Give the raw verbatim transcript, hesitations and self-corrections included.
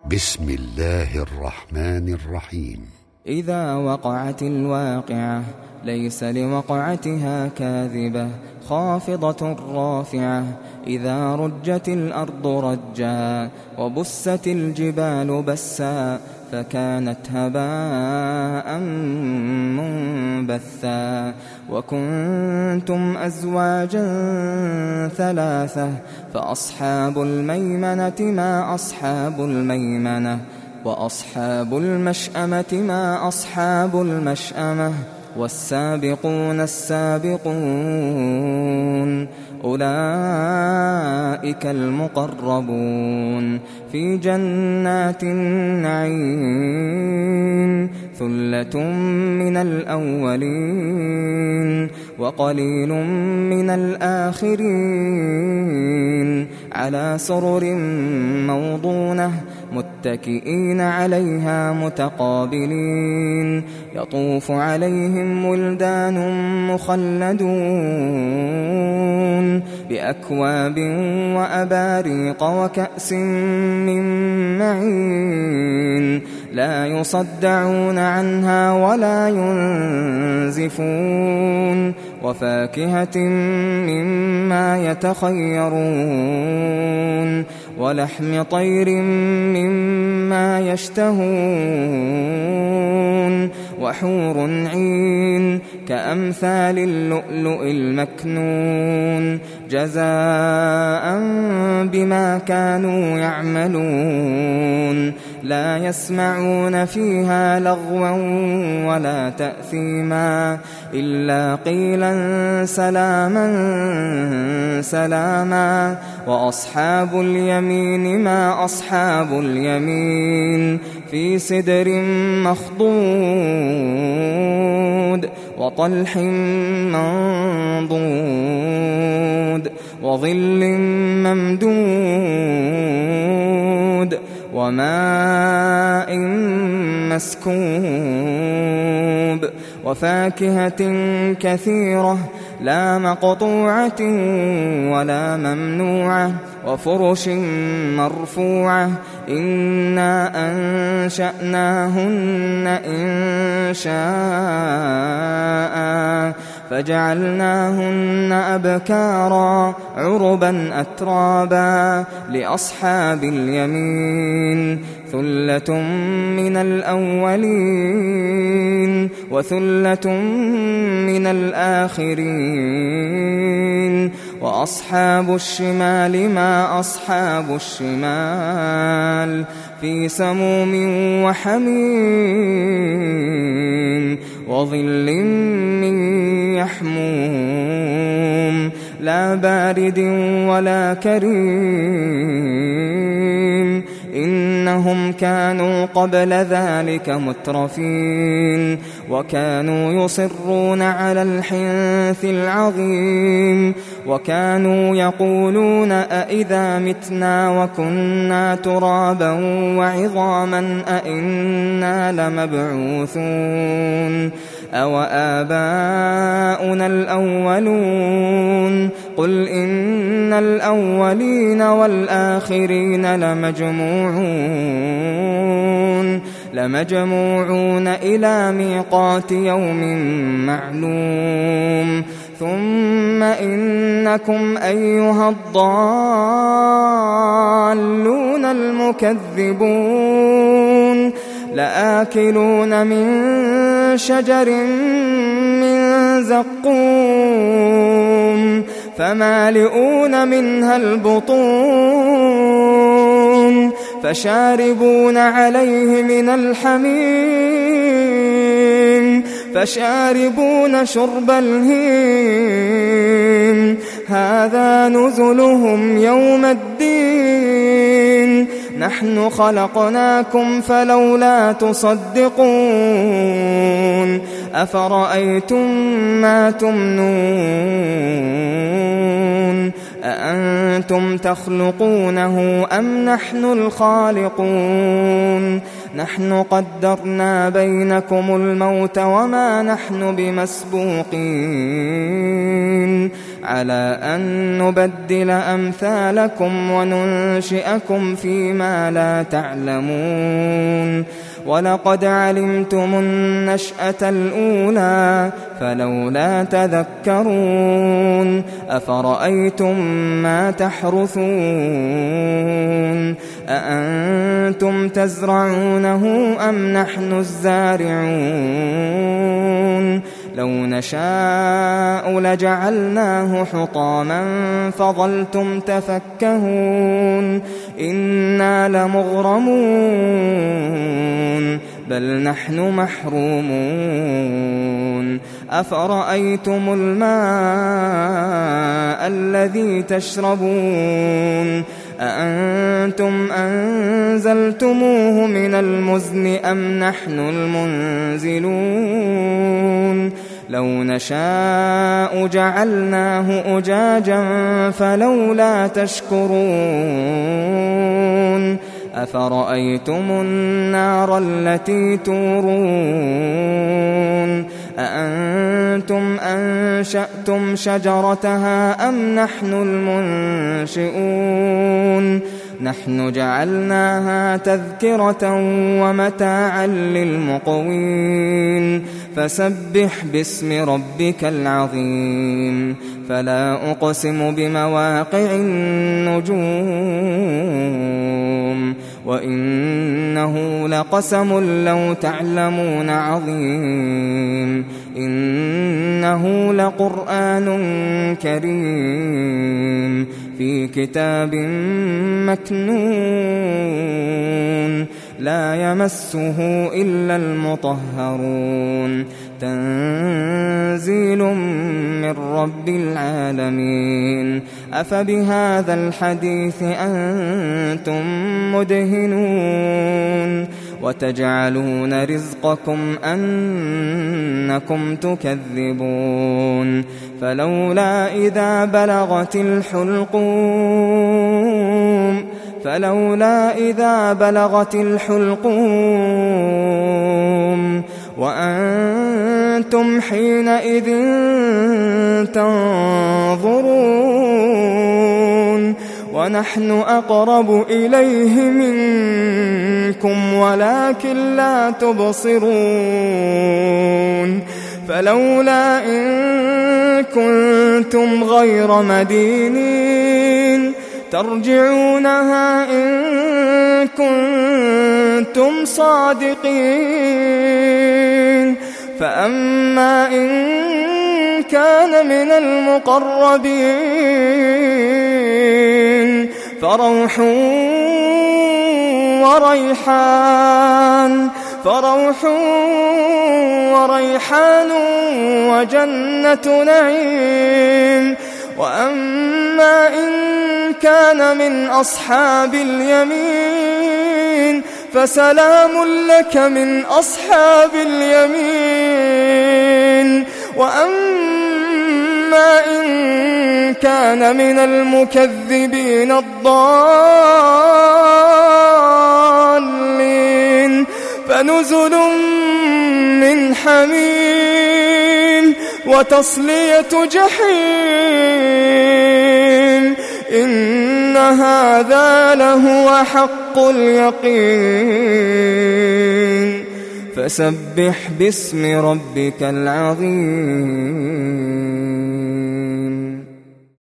بسم الله الرحمن الرحيم. إذا وقعت الواقعة ليس لوقعتها كاذبة خافضة رافعة إذا رجت الأرض رجا وبست الجبال بسا فكانت هباء منبثا وكنتم أزواجا ثلاثة فأصحاب الميمنة ما أصحاب الميمنة وأصحاب المشأمة ما أصحاب المشأمة والسابقون السابقون أولئك المقربون في جنات النعيم ثلة من الأولين وقليل من الآخرين على سرر موضونة متكئين عليها متقابلين يطوف عليهم ولدان مخلدون بأكواب وأباريق وكأس من معين لا يصدعون عنها ولا ينزفون وفاكهة مما يتخيرون ولحم طير مما يشتهون وحور عين كأمثال اللؤلؤ المكنون جزاء بما كانوا يعملون لا يسمعون فيها لغوا ولا تأثيما إلا قيلا سلاما سلاما وأصحاب اليمين ما أصحاب اليمين في سدر مخضود وطلح منضود وظل ممدود وماء مسكوب وفاكهة كثيرة لا مقطوعة ولا ممنوعة وفرش مرفوعة إنا أنشأناهن إنشاء فجعلناهن أبكارا عربا أترابا لأصحاب اليمين ثلة من الأولين وثلة من الآخرين وأصحاب الشمال ما أصحاب الشمال في سموم وحميم وظل من يحموم لا بارد ولا كريم إنهم كانوا قبل ذلك مترفين وكانوا يصرون على الحنث العظيم وكانوا يقولون أئذا متنا وكنا ترابا وعظاما أئنا لمبعوثون أو آباؤنا الأولون قل إن الأولين والآخرين لمجموعون لمجموعون إلى ميقات يوم معلوم ثم إنكم أيها الضالون المكذبون لآكلون من شجر من زقوم فمالئون منها البطون فشاربون عليه من الحميم فشاربون شرب الهيم هذا نزلهم يوم الدين نحن خلقناكم فلولا تصدقون أفرأيتم ما تمنون أأنتم تخلقونه أم نحن الخالقون نحن قدرنا بينكم الموت وما نحن بمسبوقين على أن نبدل أمثالكم وننشئكم فيما لا تعلمون ولقد علمتم النشأة الأولى فلولا تذكرون أفرأيتم ما تحرثون أأنتم تزرعونه أم نحن الزارعون لو نشاء لجعلناه حطاما فظلتم تفكهون إنا لمغرمون بل نحن محرومون أفرأيتم الماء الذي تشربون أأنتم أنزلتموه من المزن أم نحن المنزلون لو نشاء جعلناه أجاجا فلولا تشكرون أفرأيتم النار التي تورون أأنتم أنشأتم شجرتها أم نحن المنشئون نحن جعلناها تذكرة ومتاعا للمقوين فسبح باسم ربك العظيم فلا أقسم بمواقع النجوم وإنه لقسم لو تعلمون عظيم إنه لقرآن كريم في كتاب مكنون لا يمسه إلا المطهرون تنزيل من رب العالمين أفبهذا الحديث أنتم مدهنون وتجعلون رزقكم أنكم تكذبون فلولا إذا بلغت الحلقوم فلولا إذا بلغت الحلقوم وأنتم حينئذ تنظرون ونحن أقرب إليه منكم ولكن لا تبصرون فلولا إن كنتم غير مدينين ترجعونها إن كنتم صادقين فأما إن كان من المقربين فروح وريحان فروح وريحان وجنة نعيم وأما إن كان من أصحاب اليمين فسلام لك من أصحاب اليمين وأما إن كان من المكذبين الضالين فنزل من حميم وتصلية جحيم إن هذا لهو حق اليقين فسبح باسم ربك العظيم.